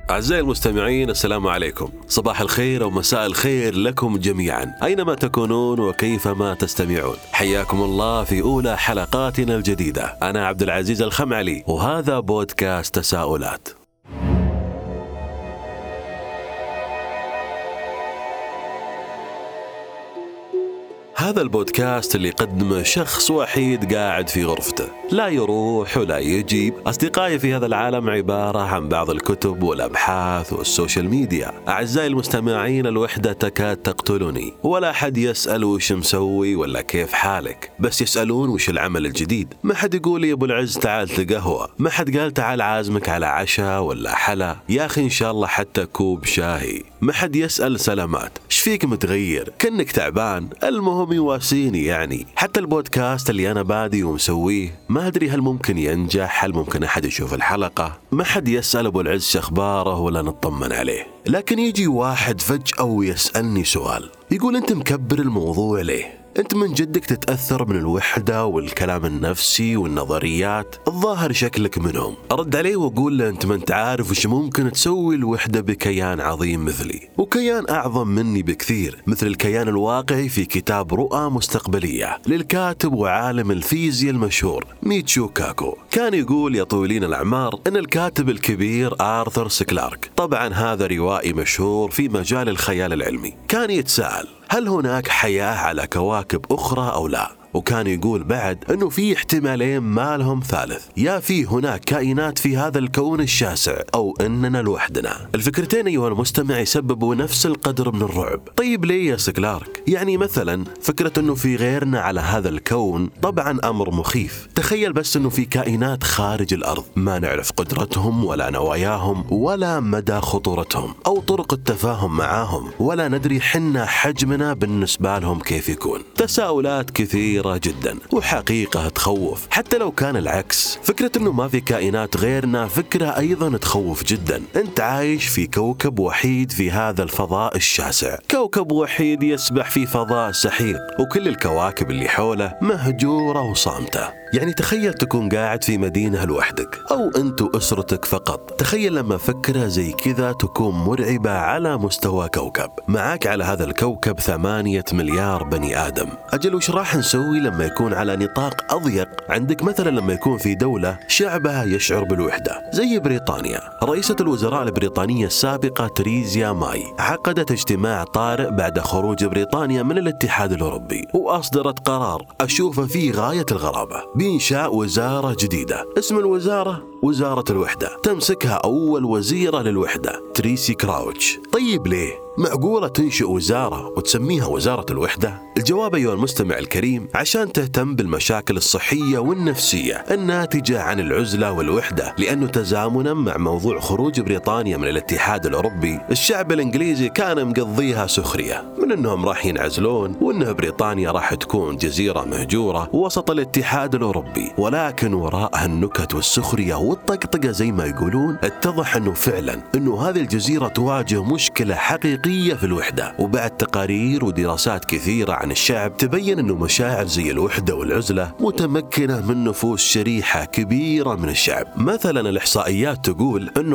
أعزائي المستمعين، السلام عليكم. صباح الخير ومساء الخير لكم جميعا أينما تكونون وكيفما تستمعون. حياكم الله في أولى حلقاتنا الجديدة. أنا عبد العزيز الخمعلي وهذا بودكاست تساؤلات. هذا البودكاست اللي يقدمه شخص وحيد قاعد في غرفته، لا يروح ولا يجي. أصدقائي في هذا العالم عبارة عن بعض الكتب والأبحاث والسوشيال ميديا. أعزائي المستمعين، الوحدة تكاد تقتلني، ولا أحد يسأل وش مسوي ولا كيف حالك، بس يسألون وش العمل الجديد. ما حد يقول يا أبو العز تعال تقهوى، ما حد قال تعال عازمك على عشاء ولا حلا، يا أخي إن شاء الله حتى كوب شاهي. ما حد يسأل سلامات، إيش فيك متغير، كأنك تعبان. المهم يواسيني يعني. حتى البودكاست اللي أنا بادي ومسويه ما أدري هل ممكن ينجح، هل ممكن أحد يشوف الحلقة. ما حد يسأل أبو العز شخباره ولا نطمن عليه. لكن يجي واحد فجأة ويسألني سؤال، يقول أنت مكبر الموضوع ليه؟ أنت من جدك تتأثر من الوحدة والكلام النفسي والنظريات؟ الظاهر شكلك منهم. أرد عليه وأقول له أنت ما أنت عارف وش ممكن تسوي الوحدة بكيان عظيم مثلي، وكيان أعظم مني بكثير، مثل الكيان الواقعي في كتاب رؤى مستقبلية للكاتب وعالم الفيزياء المشهور ميتشيو كاكو. كان يقول يا طويلين الأعمار أن الكاتب الكبير آرثر سي كلارك، طبعا هذا روائي مشهور في مجال الخيال العلمي، كان يتساءل هل هناك حياة على كواكب أخرى أو لا؟ وكان يقول بعد أنه في احتمالين ما لهم ثالث، يا في هناك كائنات في هذا الكون الشاسع أو أننا لوحدنا. الفكرتين أيها المستمع يسببوا نفس القدر من الرعب. طيب ليه يا سكلارك؟ يعني مثلا فكرة أنه في غيرنا على هذا الكون طبعا أمر مخيف. تخيل بس أنه في كائنات خارج الأرض ما نعرف قدرتهم ولا نواياهم ولا مدى خطورتهم أو طرق التفاهم معاهم، ولا ندري حنا حجمنا بالنسبة لهم كيف يكون. تساؤلات كثير جدا وحقيقة تخوف. حتى لو كان العكس، فكرة انه ما في كائنات غيرنا فكرة ايضا تخوف جدا. انت عايش في كوكب وحيد في هذا الفضاء الشاسع، كوكب وحيد يسبح في فضاء سحيق، وكل الكواكب اللي حوله مهجورة وصامتة. يعني تخيل تكون قاعد في مدينة لوحدك أو أنت وأسرتك فقط. تخيل لما فكرة زي كذا تكون مرعبة على مستوى كوكب. معك على هذا الكوكب 8 مليار بني آدم. أجل وش راح نسوي لما يكون على نطاق أضيق؟ عندك مثلا لما يكون في دولة شعبها يشعر بالوحدة زي بريطانيا. رئيسة الوزراء البريطانية السابقة تريزيا ماي عقدت اجتماع طارئ بعد خروج بريطانيا من الاتحاد الأوروبي، وأصدرت قرار أشوفه فيه غاية الغرابة بإنشاء وزارة جديدة. اسم الوزارة وزارة الوحدة، تمسكها أول وزيرة للوحدة تريسي كراوتش. طيب ليه؟ معقولة تنشئ وزارة وتسميها وزارة الوحدة؟ الجواب أيها المستمع الكريم، عشان تهتم بالمشاكل الصحية والنفسية الناتجة عن العزلة والوحدة، لأنه تزامنا مع موضوع خروج بريطانيا من الاتحاد الأوروبي، الشعب الإنجليزي كان مقضيها سخرية من أنهم راح ينعزلون وأنه بريطانيا راح تكون جزيرة مهجورة وسط الاتحاد الأوروبي. ولكن وراء هالنكت والسخرية والطقطقة زي ما يقولون، اتضح أنه فعلا أنه هذه الجزيرة تواجه مشكلة حقيقية في الوحدة. وبعد تقارير ودراسات كثيرة عن الشعب تبين أنه مشاعر زي الوحدة والعزلة متمكنة من نفوس شريحة كبيرة من الشعب. مثلا الإحصائيات تقول أنه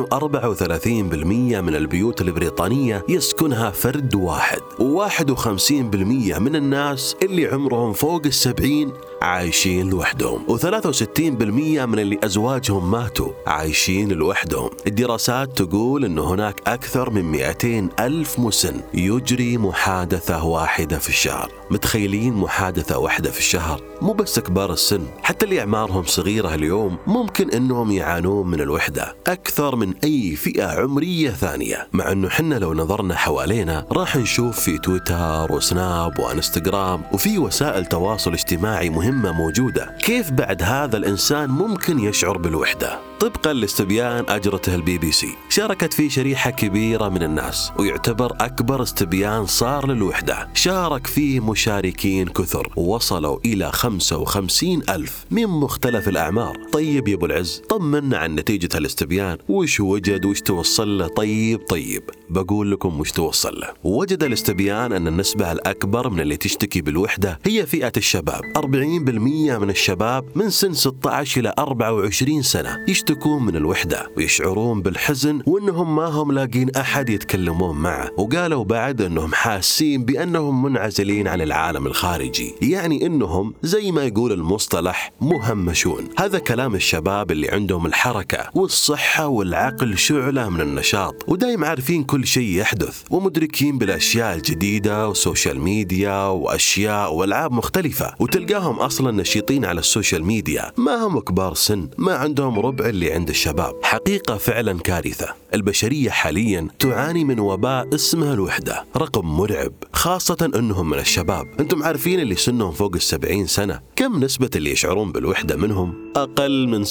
34% من البيوت البريطانية يسكنها فرد واحد، و51% من الناس اللي عمرهم فوق 70 عايشين لوحدهم، و63% من اللي أزواجهم ماتوا عايشين لوحدهم. الدراسات تقول أنه هناك أكثر من 200 ألف مسن يجري محادثة واحدة في الشهر. متخيلين محادثة واحدة في الشهر؟ مو بس كبار السن، حتى اللي أعمارهم صغيرة اليوم ممكن أنهم يعانون من الوحدة أكثر من أي فئة عمرية ثانية. مع أنه حنا لو نظرنا حوالينا راح نشوف في تويتر وسناب وانستغرام وفي وسائل تواصل اجتماعي مهمة موجودة، كيف بعد هذا الإنسان ممكن يشعر بالوحدة؟ طبقا لاستبيان أجرته BBC، شاركت فيه شريحة كبيرة من الناس، ويعتبر أكبر استبيان صار للوحدة. شارك فيه مشاركين كثر وصلوا إلى 55 ألف من مختلف الأعمار. طيب يا أبو العز، طمنا عن نتيجة الاستبيان، وش وجد وش توصل له؟ طيب بقول لكم مش توصل له. وجد الاستبيان أن النسبة الأكبر من اللي تشتكي بالوحدة هي فئة الشباب. 40% من الشباب من سن 16 إلى 24 سنة يشتكون من الوحدة ويشعرون بالحزن وأنهم ما هم لاقين أحد يتكلمون معه. وقالوا بعد أنهم حاسين بأنهم منعزلين عن العالم الخارجي، يعني أنهم زي ما يقول المصطلح مهمشون. هذا كلام الشباب اللي عندهم الحركة والصحة والعقل شعلة من النشاط، ودايم عارفين كل شيء يحدث ومدركين بالأشياء الجديدة والسوشيال ميديا وأشياء وألعاب مختلفة. وتلقاهم أصلا نشيطين على السوشيال ميديا، ما هم كبار سن، ما عندهم ربع اللي عند الشباب. حقيقة فعلا كارثة. البشرية حاليا تعاني من وباء اسمه الوحدة، رقم مرعب خاصة أنهم من الشباب. أنتم عارفين اللي سنهم فوق 70 سنة كم نسبة اللي يشعرون بالوحدة منهم؟ أقل من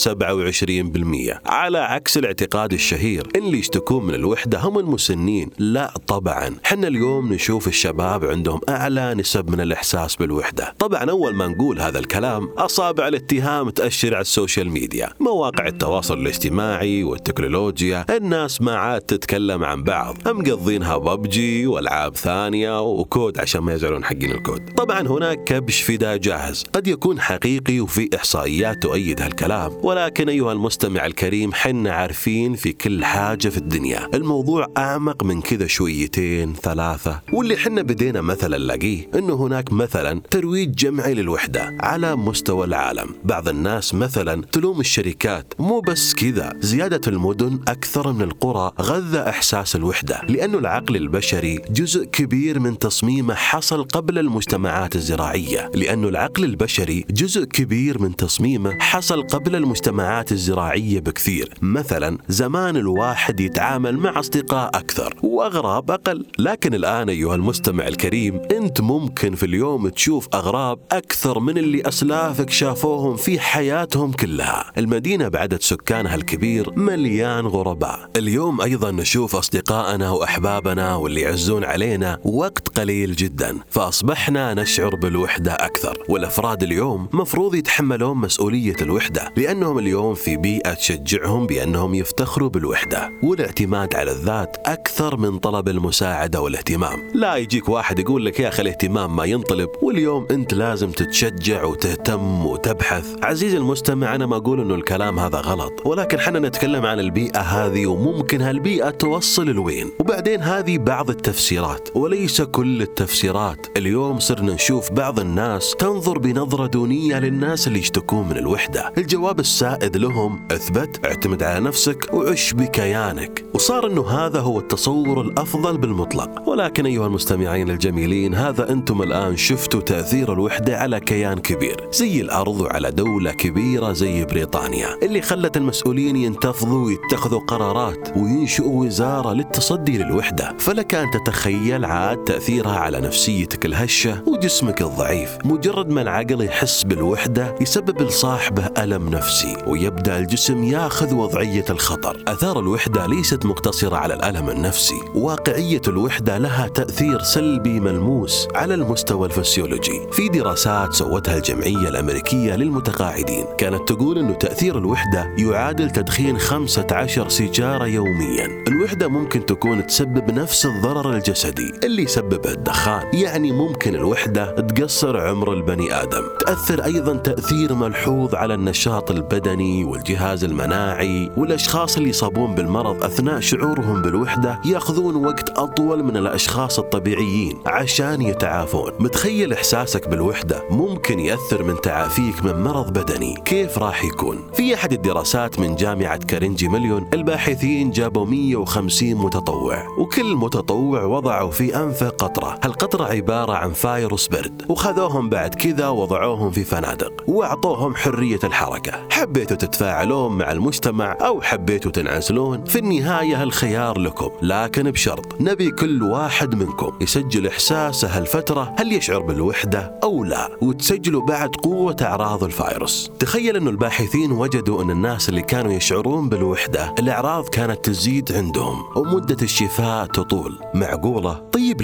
27%، على عكس الاعتقاد الشهير إن اللي يشتكون من الوحدة هم المسنين. لا طبعا، حنا اليوم نشوف الشباب عندهم أعلى نسب من الإحساس بالوحدة. طبعا أول ما نقول هذا الكلام أصابع الاتهام تأشر على السوشيال ميديا، مواقع التواصل الاجتماعي والتكنولوجيا. الناس ما عاد تتكلم عن بعض، هم مقضينها ببجي والعاب ثانية وكود عشان ما يزعلون حقين الكود. طبعا هناك كبش فداء جاهز قد يكون حقيقي وفي إحصائيات تؤيد هالكلام، ولكن أيها المستمع الكريم حنا عارفين في كل حاجة في الدنيا الموضوع أعمق من كذا شويتين ثلاثة. واللي حنا بدينا مثلا نلاقيه إنه هناك مثلا ترويج جمعي للوحدة على مستوى العالم. بعض الناس مثلا تلوم الشركات، مو بس كذا، زيادة المدن أكثر من القرى غذى إحساس الوحدة، لأنه العقل البشري جزء كبير من تصميمه حصل قبل المجتمعات الزراعية. لأنه العقل البشري جزء كبير من تصميمه حصل قبل المجتمعات الزراعية بكثير. مثلا زمان الواحد يتعامل مع أصدقاء أكثر وأغراب أقل، لكن الآن أيها المستمع الكريم أنت ممكن في اليوم تشوف أغراب أكثر من اللي أسلافك شافوهم في حياتهم كلها. المدينة بعدد سكانها الكبير مليان غرباء. اليوم أيضا نشوف أصدقائنا وأحبابنا واللي يعزون علينا وقت قليل جدا، فأصبحنا نشعر بالوحدة أكثر. والأفراد اليوم مفروض يتحملون مسؤولية الوحدة، لأنهم اليوم في بيئة تشجعهم بأنهم يفتخروا بالوحدة والاعتماد على الذات أكثر من طلب المساعدة والاهتمام. لا يجيك واحد يقول لك يا أخي الاهتمام ما ينطلب، واليوم أنت لازم تتشجع وتهتم وتبحث. عزيزي المستمع، أنا ما أقول أنه الكلام هذا غلط، ولكن حنا نتكلم عن البيئة هذه وممكن هالبيئة توصل لوين. وبعدين هذه بعض التفسيرات وليس كل التفسيرات. اليوم صرنا نشوف بعض الناس تنظر بنظرة دونية للناس اللي يشتكون من الوحدة. الجواب السائد لهم اثبت، اعتمد على نفسك وعش بكيانك. وصار انه هذا هو التصور الافضل بالمطلق. ولكن ايها المستمعين الجميلين، هذا انتم الان شفتوا تأثير الوحدة على كيان كبير زي الارض وعلى دولة كبيرة زي بريطانيا، اللي خلت المسؤولين ينتفضوا ويتخذوا قرارات وينشئوا وزارة للتصدي للوحدة. فلك ان تتخيل عاد تأثيرها على نفسيتك الهشة وجسمك الضعيف. مجرد ما العقل يحس بالوحدة يسبب لصاحبه ألم نفسي، ويبدأ الجسم ياخذ وضعية الخطر. آثار الوحدة ليست مقتصرة على الألم النفسي، واقعية الوحدة لها تأثير سلبي ملموس على المستوى الفسيولوجي. في دراسات سوتها الجمعية الأمريكية للمتقاعدين كانت تقول أنه تأثير الوحدة يعادل تدخين 15 سيجارة يوميا. الوحدة ممكن تكون تسبب نفس الضرر الجسدي اللي يسببه الدخان، يعني ممكن الوحدة تقصر عمر البني آدم. تأثر أيضا تأثير ملحوظ على النشاط البدني والجهاز المناعي، والأشخاص اللي يصابون بالمرض أثناء شعورهم بالوحدة يأخذون وقت أطول من الأشخاص الطبيعيين عشان يتعافون. متخيل إحساسك بالوحدة ممكن يأثر من تعافيك من مرض بدني؟ كيف راح يكون؟ في أحد الدراسات من جامعة كارنيجي ميلون الباحثين جابوا 150 متطوع، وكل متطوع وضعوا في أنفه قطرة. هالقطرة عبارة عن فايروس برد، وخذوهم بعد كذا وضعوهم في فنادق وأعطوهم حرية الحركة. حبيتوا تتفاعلون مع المجتمع أو حبيتوا تنعزلون، في النهاية الخيار لكم، لكن بشرط نبي كل واحد منكم يسجل إحساسه هالفترة هل يشعر بالوحدة أو لا، وتسجلوا بعد قوة أعراض الفيروس. تخيل أن الباحثين وجدوا أن الناس اللي كانوا يشعرون بالوحدة الأعراض كانت تزيد عندهم ومدة الشفاء تطول. معقولة؟ طيب ليه كذا؟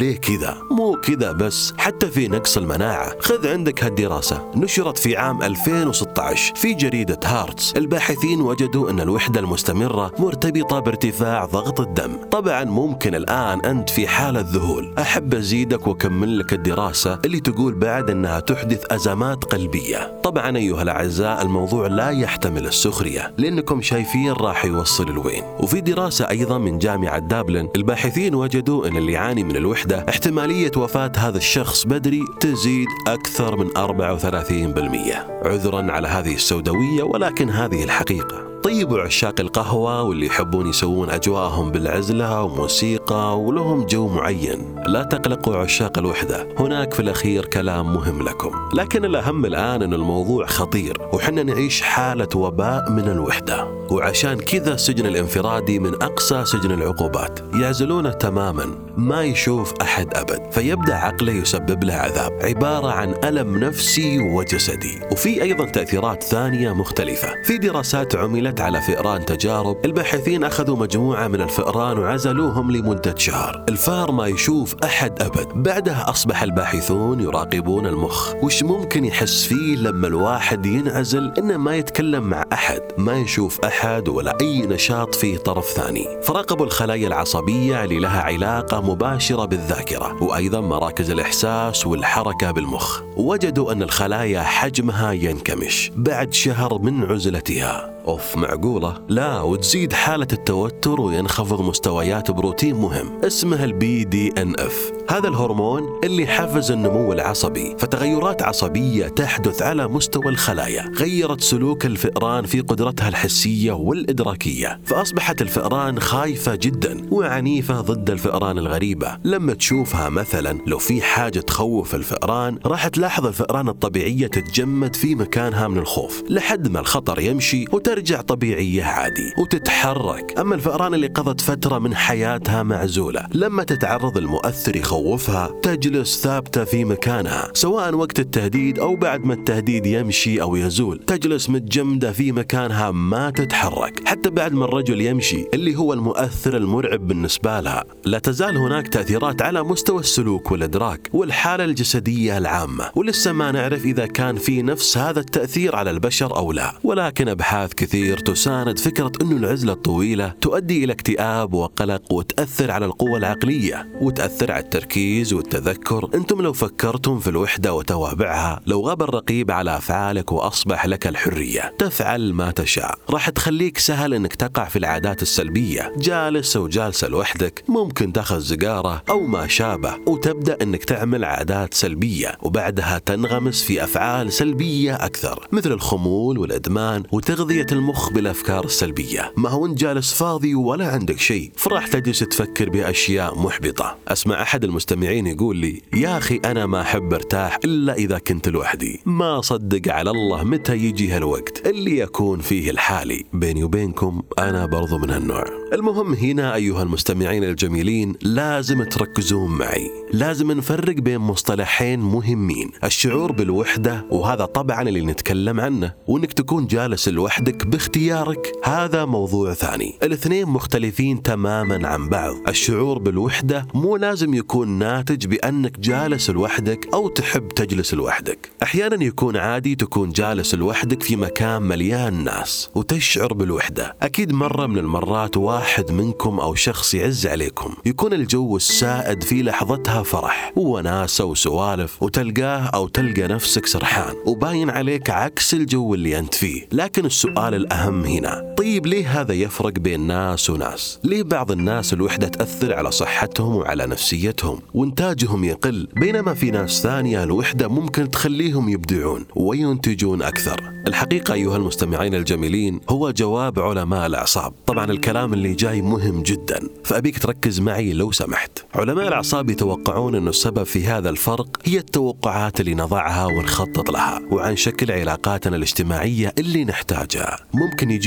كذا، مو كذا بس، حتى في نقص المناعة. خذ عندك هالدراسة نشرت في عام 2016 في جريدة هارتس. الباحثين وجدوا أن الوحدة المستمرة مرتبطة بارتفاع ضغط الدم. طبعا ممكن الآن أنت في حالة ذهول، أحب أزيدك وأكمل لك الدراسة اللي تقول بعد أنها تحدث أزمات قلبية. طبعا أيها الأعزاء الموضوع لا يحتمل السخرية، لأنكم شايفين راح يوصل لوين. وفي دراسة أيضا من جامعة دابلن الباحثين وجدوا أن اللي يعاني من الوحدة احتمالية وفاة هذا الشخص بدري تزيد أكثر من 34%. عذرا على هذه السوداوية، ولكن هذه الحقيقة. طيب عشاق القهوة واللي يحبون يسوون أجواءهم بالعزلة وموسيقى ولهم جو معين، لا تقلقوا عشاق الوحدة، هناك في الأخير كلام مهم لكم. لكن الأهم الآن أن الموضوع خطير، وحنا نعيش حالة وباء من الوحدة. وعشان كذا السجن الانفرادي من أقصى سجن العقوبات، يعزلونه تماما، ما يشوف أحد أبد، فيبدأ عقله يسبب له عذاب عبارة عن ألم نفسي وجسدي. وفي أيضا تأثيرات ثانية مختلفة. في دراسات عملت على فئران تجارب، الباحثين أخذوا مجموعة من الفئران وعزلوهم لمدة شهر. الفار ما يشوف أحد أبد. بعدها أصبح الباحثون يراقبون المخ، وش ممكن يحس فيه لما الواحد ينعزل، إنه ما يتكلم مع أحد، ما يشوف أحد ولا أي نشاط فيه طرف ثاني. فراقبوا الخلايا العصبية اللي لها علاقة مباشرة بالذاكرة، وأيضا مراكز الإحساس والحركة بالمخ. وجدوا أن الخلايا حجمها ينكمش بعد شهر من عزلتها. أوف، معقولة؟ لا، وتزيد حالة التوتر وينخفض مستويات بروتين مهم اسمه BDNF. هذا الهرمون اللي يحفز النمو العصبي. فتغيرات عصبية تحدث على مستوى الخلايا غيرت سلوك الفئران في قدرتها الحسية والإدراكية، فأصبحت الفئران خايفة جدا وعنيفة ضد الفئران الغريبة. لما تشوفها مثلا، لو في حاجة تخوف الفئران راح تلاحظ الفئران الطبيعية تتجمد في مكانها من الخوف لحد ما الخطر يمشي وترجع طبيعية عادي وتتحرك. أما الفئران اللي قضت فترة من حياتها معزولة، لما تتعرض المؤثر يخوفها تجلس ثابتة في مكانها، سواء وقت التهديد أو بعد ما التهديد يمشي أو يزول، تجلس متجمدة في مكانها ما تتحرك حتى بعد ما الرجل يمشي اللي هو المؤثر المرعب بالنسبة لها. لا تزال هناك تأثيرات على مستوى السلوك والإدراك والحالة الجسدية العامة، ولسه ما نعرف إذا كان في نفس هذا التأثير على البشر أو لا. ولكن أبحاث كثير تساند فكرة أن العزلة الطويلة تؤدي إلى اكتئاب وقلق، وتأثر على القوة العقلية، وتأثر على التركيز والتذكر. أنتم لو فكرتم في الوحدة وتوابعها، لو غاب الرقيب على أفعالك وأصبح لك الحرية تفعل ما تشاء، راح تخليك سهل أنك تقع في العادات السلبية. جالس أو جالسة لوحدك ممكن تاخذ سيجارة أو ما شابه وتبدأ أنك تعمل عادات سلبية، وبعدها تنغمس في أفعال سلبية أكثر مثل الخمول والإدمان وتغذية المخ بالأفكار السلبية. ما هو أنت جالس فاضي ولا عندك شيء، فراح تجلس تفكر بأشياء محبطة. أسمع أحد المستمعين يقول لي: يا أخي أنا ما أحب ارتاح إلا إذا كنت لوحدي، ما صدق على الله متى يجي هالوقت اللي يكون فيه الحالي. بيني وبينكم أنا برضو من هالنوع. المهم هنا أيها المستمعين الجميلين، لازم تركزون معي، لازم نفرق بين مصطلحين مهمين: الشعور بالوحدة، وهذا طبعا اللي نتكلم عنه، وإنك تكون جالس لوحدك باختيارك، هذا موضوع ثاني. الاثنين مختلفين تماما عن بعض. الشعور بالوحدة مو لازم يكون ناتج بأنك جالس لوحدك أو تحب تجلس لوحدك. أحيانا يكون عادي تكون جالس لوحدك في مكان مليان ناس وتشعر بالوحدة. أكيد مرة من المرات واحد منكم أو شخص يعز عليكم يكون الجو السائد في لحظتها فرح وناسة وسوالف، وتلقاه أو تلقى نفسك سرحان وباين عليك عكس الجو اللي أنت فيه. لكن السؤال الأهم هنا، طيب ليه هذا يفرق بين ناس وناس؟ ليه بعض الناس الوحدة تأثر على صحتهم وعلى نفسيتهم وإنتاجهم يقل، بينما في ناس ثانية الوحدة ممكن تخليهم يبدعون وينتجون أكثر؟ الحقيقة أيها المستمعين الجميلين هو جواب علماء الأعصاب. طبعا الكلام اللي جاي مهم جدا، فأبيك تركز معي لو سمحت. علماء الأعصاب يتوقعون أن السبب في هذا الفرق هي التوقعات اللي نضعها ونخطط لها، وعن شكل علاقاتنا الاجتماعية اللي نحتاجها. ممكن يجي واحد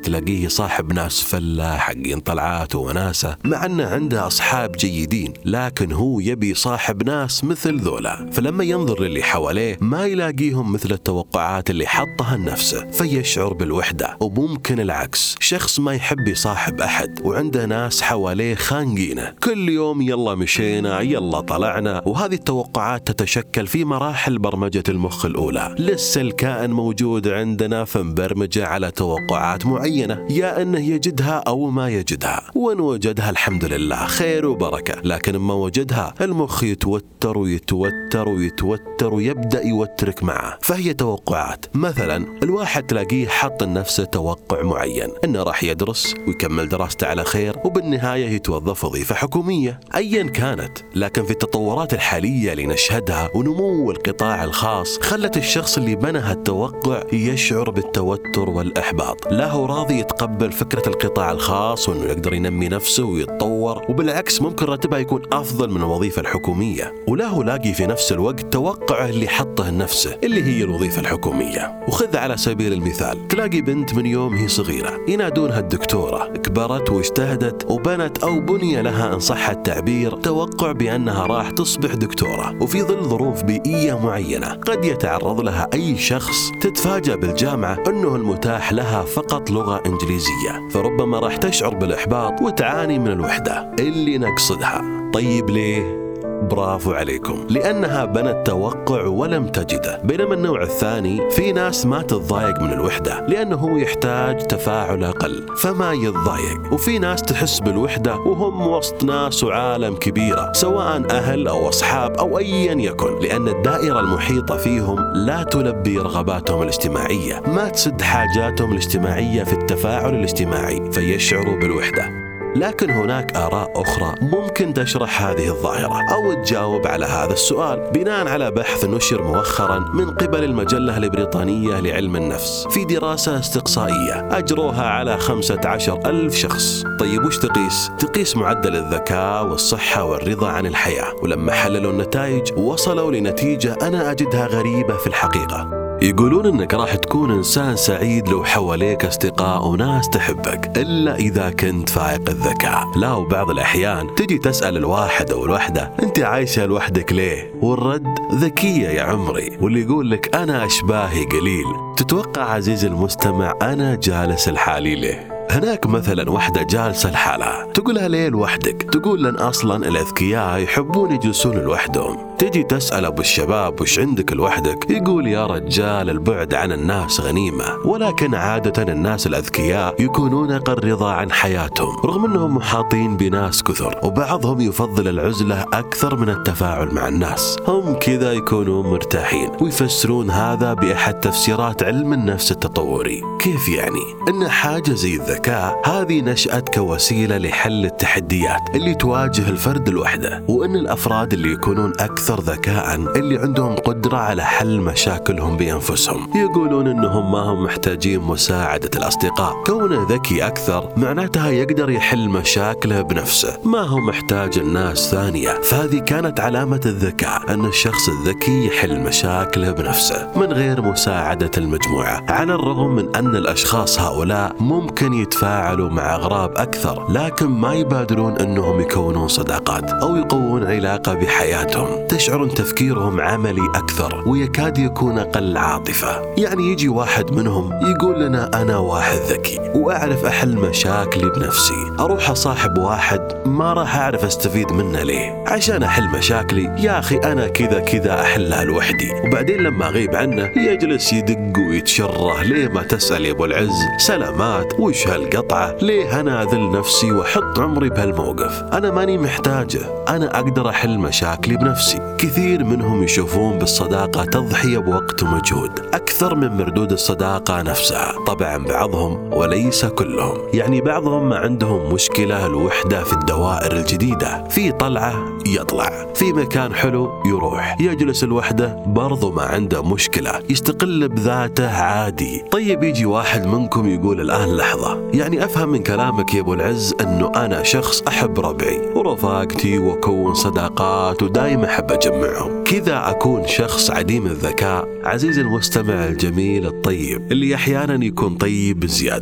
تلاقيه صاحب ناس فلة حقين طلعات وناسة، مع أنه عنده أصحاب جيدين، لكن هو يبي صاحب ناس مثل ذولا. فلما ينظر للي حواليه ما يلاقيهم مثل التوقعات اللي حطها لنفسه، فيشعر بالوحدة. وممكن العكس، شخص ما يحب يصاحب أحد وعنده ناس حواليه خانقينه، كل يوم يلا مشينا يلا طلعنا. وهذه التوقعات تتشكل في مراحل برمجة المخ الأولى. لسه الكائن موجود عندنا فمبرمجة على توقعات معينة، يا أنه يجدها أو ما يجدها. وإن وجدها الحمد لله خير وبركة، لكن ما وجدها المخ يتوتر ويتوتر ويتوتر ويبدأ يوترك معه. فهي توقعات. مثلا الواحد تلاقيه حط لنفسه توقع معين أنه راح يدرس ويكمل دراسته على خير وبالنهاية يتوظف وظيفة حكومية أيا كانت. لكن في التطورات الحالية اللي نشهدها ونمو القطاع الخاص خلت الشخص اللي بنى هالتوقع يشعر بالتوتر والإحباط. لا هو راضي يتقبل فكرة القطاع الخاص وأنه يقدر ينمي نفسه ويتطور، وبالعكس ممكن راتبها يكون أفضل من الوظيفة الحكومية. ولا هو لاقي في نفس الوقت توقعه اللي حطه لنفسه اللي هي الوظيفة الحكومية. وخذ على سبيل المثال، تلاقي بنت من يوم هي صغيرة ينادونها الدكتورة، كبرت واجتهدت وبنت أو بني لها إن صح التعبير توقع بأنها راح تصبح دكتورة. وفي ظل ظروف بيئية معينة قد يتعرض لها أي شخص، تتفاجأ بالجامعة أنه المتاح لها فقط لغة إنجليزية، فربما راح تشعر بالإحباط وتعاني من الوحدة اللي نقصدها. طيب ليه؟ برافو عليكم، لأنها بنت توقع ولم تجده. بينما النوع الثاني في ناس ما تتضايق من الوحدة لأنه يحتاج تفاعل أقل فما يتضايق. وفي ناس تحس بالوحدة وهم وسط ناس وعالم كبيرة، سواء أهل أو أصحاب أو أيا يكن، لأن الدائرة المحيطة فيهم لا تلبي رغباتهم الاجتماعية، ما تسد حاجاتهم الاجتماعية في التفاعل الاجتماعي، فيشعروا بالوحدة. لكن هناك آراء أخرى ممكن تشرح هذه الظاهرة أو تجاوب على هذا السؤال بناء على بحث نشر مؤخرا من قبل المجلة البريطانية لعلم النفس في دراسة استقصائية أجروها على 15,000 شخص. طيب وش تقيس؟ تقيس معدل الذكاء والصحة والرضا عن الحياة. ولما حللوا النتائج وصلوا لنتيجة أنا أجدها غريبة في الحقيقة. يقولون إنك راح تكون إنسان سعيد لو حواليك أصدقاء وناس تحبك، إلا إذا كنت فائق الذكاء. لا وبعض الأحيان تجي تسأل الواحد أو الوحدة أنت عايشة لوحدك ليه؟ والرد ذكية يا عمري. واللي يقول لك أنا أشباهي قليل، تتوقع عزيزي المستمع أنا جالس الحالي ليه؟ هناك مثلا وحدة جالسة لحالها، تقولها ليه لوحدك؟ تقول لأن أصلا الأذكياء يحبون يجلسون لوحدهم. تجي تسأل أبو الشباب وش عندك لوحدك؟ يقول يا رجال البعد عن الناس غنيمة. ولكن عادة الناس الأذكياء يكونون قد رضا عن حياتهم رغم أنهم محاطين بناس كثر، وبعضهم يفضل العزلة أكثر من التفاعل مع الناس. هم كذا يكونون مرتاحين، ويفسرون هذا بأحد تفسيرات علم النفس التطوري. كيف يعني؟ إن حاجة زي الذكاء هذه نشأت كوسيلة لحل التحديات اللي تواجه الفرد الوحدة، وإن الأفراد اللي يكونون أكثر ذكاء اللي عندهم قدرة على حل مشاكلهم بأنفسهم. يقولون إنهم ما هم محتاجين مساعدة الأصدقاء، كونه ذكي أكثر معناتها يقدر يحل مشاكله بنفسه، ما هو محتاج الناس ثانية. فهذه كانت علامة الذكاء، أن الشخص الذكي يحل مشاكله بنفسه من غير مساعدة المجموعة. على الرغم من أن الأشخاص هؤلاء ممكن يتفاعلوا مع أغراب أكثر، لكن ما يبادرون أنهم يكونون صداقات أو يقوون علاقة بحياتهم. تشعر أن تفكيرهم عملي أكثر ويكاد يكون أقل عاطفة. يعني يجي واحد منهم يقول لنا أنا واحد ذكي وأعرف أحل مشاكلي بنفسي، أروح أصاحب واحد ما راح أعرف أستفيد منه ليه؟ عشان أحل مشاكلي يا أخي أنا كذا كذا أحلها لوحدي. وبعدين لما أغيب عنه يجلس يدق ويتشره، ليه ما تسأل يا أبو العز؟ سلامات، وش هالقطعة؟ ليه أنا أذل نفسي وأحط عمري بهالموقف؟ أنا ماني محتاجه، أنا أقدر أحل مشاكلي بنفسي. كثير منهم يشوفون بالصداقة تضحية بوقت ومجهود أكثر من مردود الصداقة نفسها. طبعا بعضهم وليس كلهم، يعني بعضهم ما عندهم مشكلة الوحدة في الدوائر الجديدة، في طلعة يطلع، في مكان حلو يروح، يجلس الوحدة برضو ما عنده مشكلة، يستقل بذاته عادي. طيب يجي واحد منكم يقول الآن لحظة، يعني أفهم من كلامك يا أبو العز أنه أنا شخص أحب ربعي ورفاقتي وأكون صداقات ودايما أحب أجمعهم، كذا أكون شخص عديم الذكاء؟ عزيزي المستمع الجميل الطيب اللي أحيانا يكون طيب بزيادة،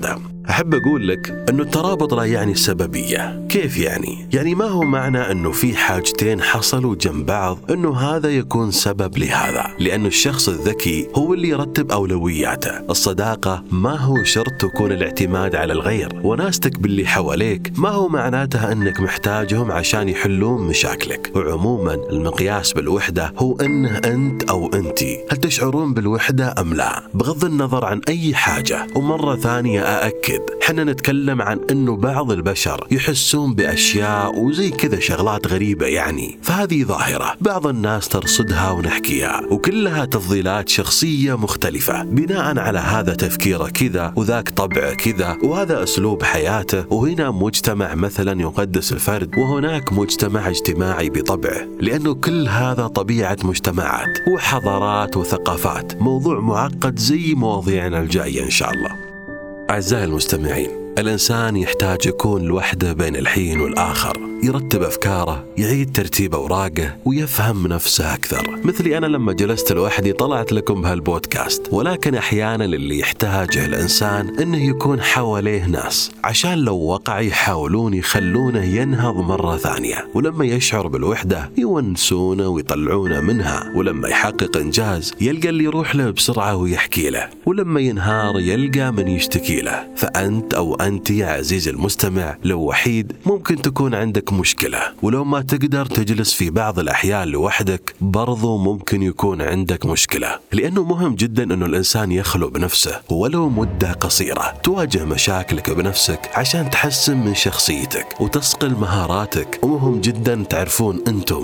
أحب أقول لك أنه الترابط لا يعني السببية. كيف يعني؟ يعني ما هو معنى أنه في حاجتين حصلوا جنب بعض أنه هذا يكون سبب لهذا، لأنه الشخص الذكي هو اللي يرتب أولوياته. الصداقة ما هو شرط تكون الاعتماد على الغير، وناستك باللي حواليك ما هو معناتها أنك محتاجهم عشان يحلون مشاكلك. وعموما المقياس بالوحدة هو أنه أنت أو أنتي هل تشعرون بالوحدة أم لا، بغض النظر عن أي حاجة. ومرة ثانية أأكد، حنا نتكلم عن أنه بعض البشر يحسون بأشياء وزي كذا شغلات غريبة يعني، فهذه ظاهرة بعض الناس ترصدها ونحكيها، وكلها تفضيلات شخصية مختلفة بناء على هذا تفكيره كذا وذاك طبعه كذا وهذا أسلوب حياته. وهنا مجتمع مثلا يقدس الفرد وهناك مجتمع اجتماعي بطبعه، لأنه كل هذا طبيعة مجتمعات وحضارات وثقافات. موضوع معقد زي مواضيعنا الجاية إن شاء الله. أعزائي المستمعين، الإنسان يحتاج يكون لوحده بين الحين والآخر، يرتب أفكاره، يعيد ترتيب أوراقه، ويفهم نفسه أكثر. مثلي أنا لما جلست لوحدي طلعت لكم بهالبودكاست، ولكن أحيانا اللي يحتاجه الإنسان إنه يكون حواليه ناس عشان لو وقع يحاولون يخلونه ينهض مرة ثانية. ولما يشعر بالوحدة يونسونه ويطلعونه منها، ولما يحقق إنجاز يلقى اللي يروح له بسرعة ويحكي له، ولما ينهار يلقى من يشتكي له. فأنت أو أنت يا عزيزي المستمع لو وحيد ممكن تكون عندك مشكلة، ولو ما تقدر تجلس في بعض الأحيان لوحدك برضو ممكن يكون عندك مشكلة، لأنه مهم جدا أنه الإنسان يخلو بنفسه ولو مدة قصيرة، تواجه مشاكلك بنفسك عشان تحسن من شخصيتك وتصقل مهاراتك. ومهم جدا تعرفون أنتم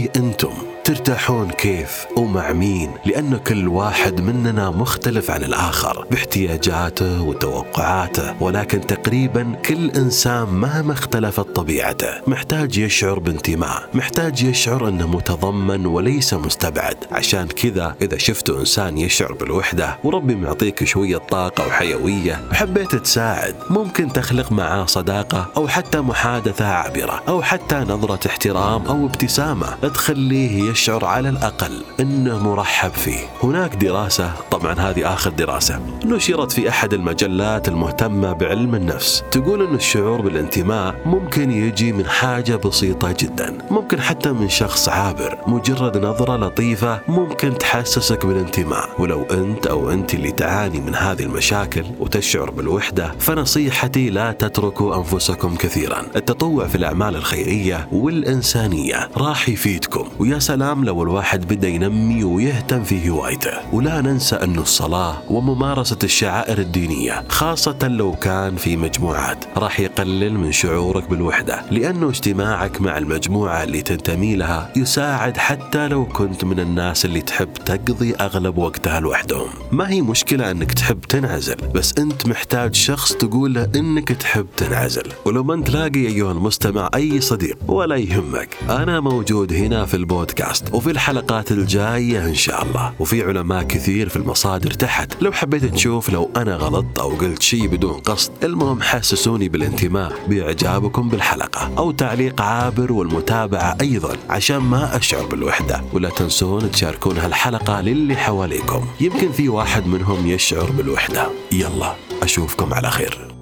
ترتاحون كيف ومع مين، لأنه كل واحد مننا مختلف عن الآخر باحتياجاته وتوقعاته، ولكن تقريبا كل إنسان مهما اختلفت طبيعته محتاج يشعر بانتماء، محتاج يشعر أنه متضمن وليس مستبعد. عشان كذا إذا شفتوا إنسان يشعر بالوحدة وربي معطيك شوية طاقة وحيوية وحبيت تساعد، ممكن تخلق معاه صداقة أو حتى محادثة عابرة أو حتى نظرة احترام أو ابتسامة تخليه يشعر على الأقل أنه مرحب فيه. هناك دراسة، طبعا هذه آخر دراسة، نشرت في أحد المجلات المهتمة بعلم النفس، تقول أن الشعور بالانتماء ممكن يجي من حاجة بسيطة جدا، ممكن حتى من شخص عابر، مجرد نظرة لطيفة ممكن تحسسك بالانتماء. ولو أنت أو أنت اللي تعاني من هذه المشاكل وتشعر بالوحدة، فنصيحتي لا تتركوا أنفسكم كثيرا. التطوع في الأعمال الخيرية والإنسانية راح يفيدكم، ويا سلام لو الواحد بدأ ينمي ويهتم في هوايته. ولا ننسى أن الصلاة وممارسة الشعائر الدينية خاصة لو كان في مجموعات راح يقلل من شعورك بالوحدة، لأنه اجتماعك مع المجموعة اللي تنتمي لها يساعد حتى لو كنت من الناس اللي تحب تقضي أغلب وقتها لوحدهم. ما هي مشكلة أنك تحب تنعزل، بس أنت محتاج شخص تقول له أنك تحب تنعزل. ولو ما تلاقي أيها المستمع أي صديق ولا يهمك، أنا موجود هنا في البودكاست وفي الحلقات الجاية إن شاء الله، وفي علماء كثير في المصادر تحت. لو حبيت تشوف لو أنا غلطت أو قلت شيء بدون قصد، المهم حسسوني بالانتماء بإعجابكم بالحلقة أو تعليق عابر، والمتابعة أيضا عشان ما أشعر بالوحدة. ولا تنسون تشاركون هالحلقة للي حواليكم، يمكن في واحد منهم يشعر بالوحدة. يلا أشوفكم على خير.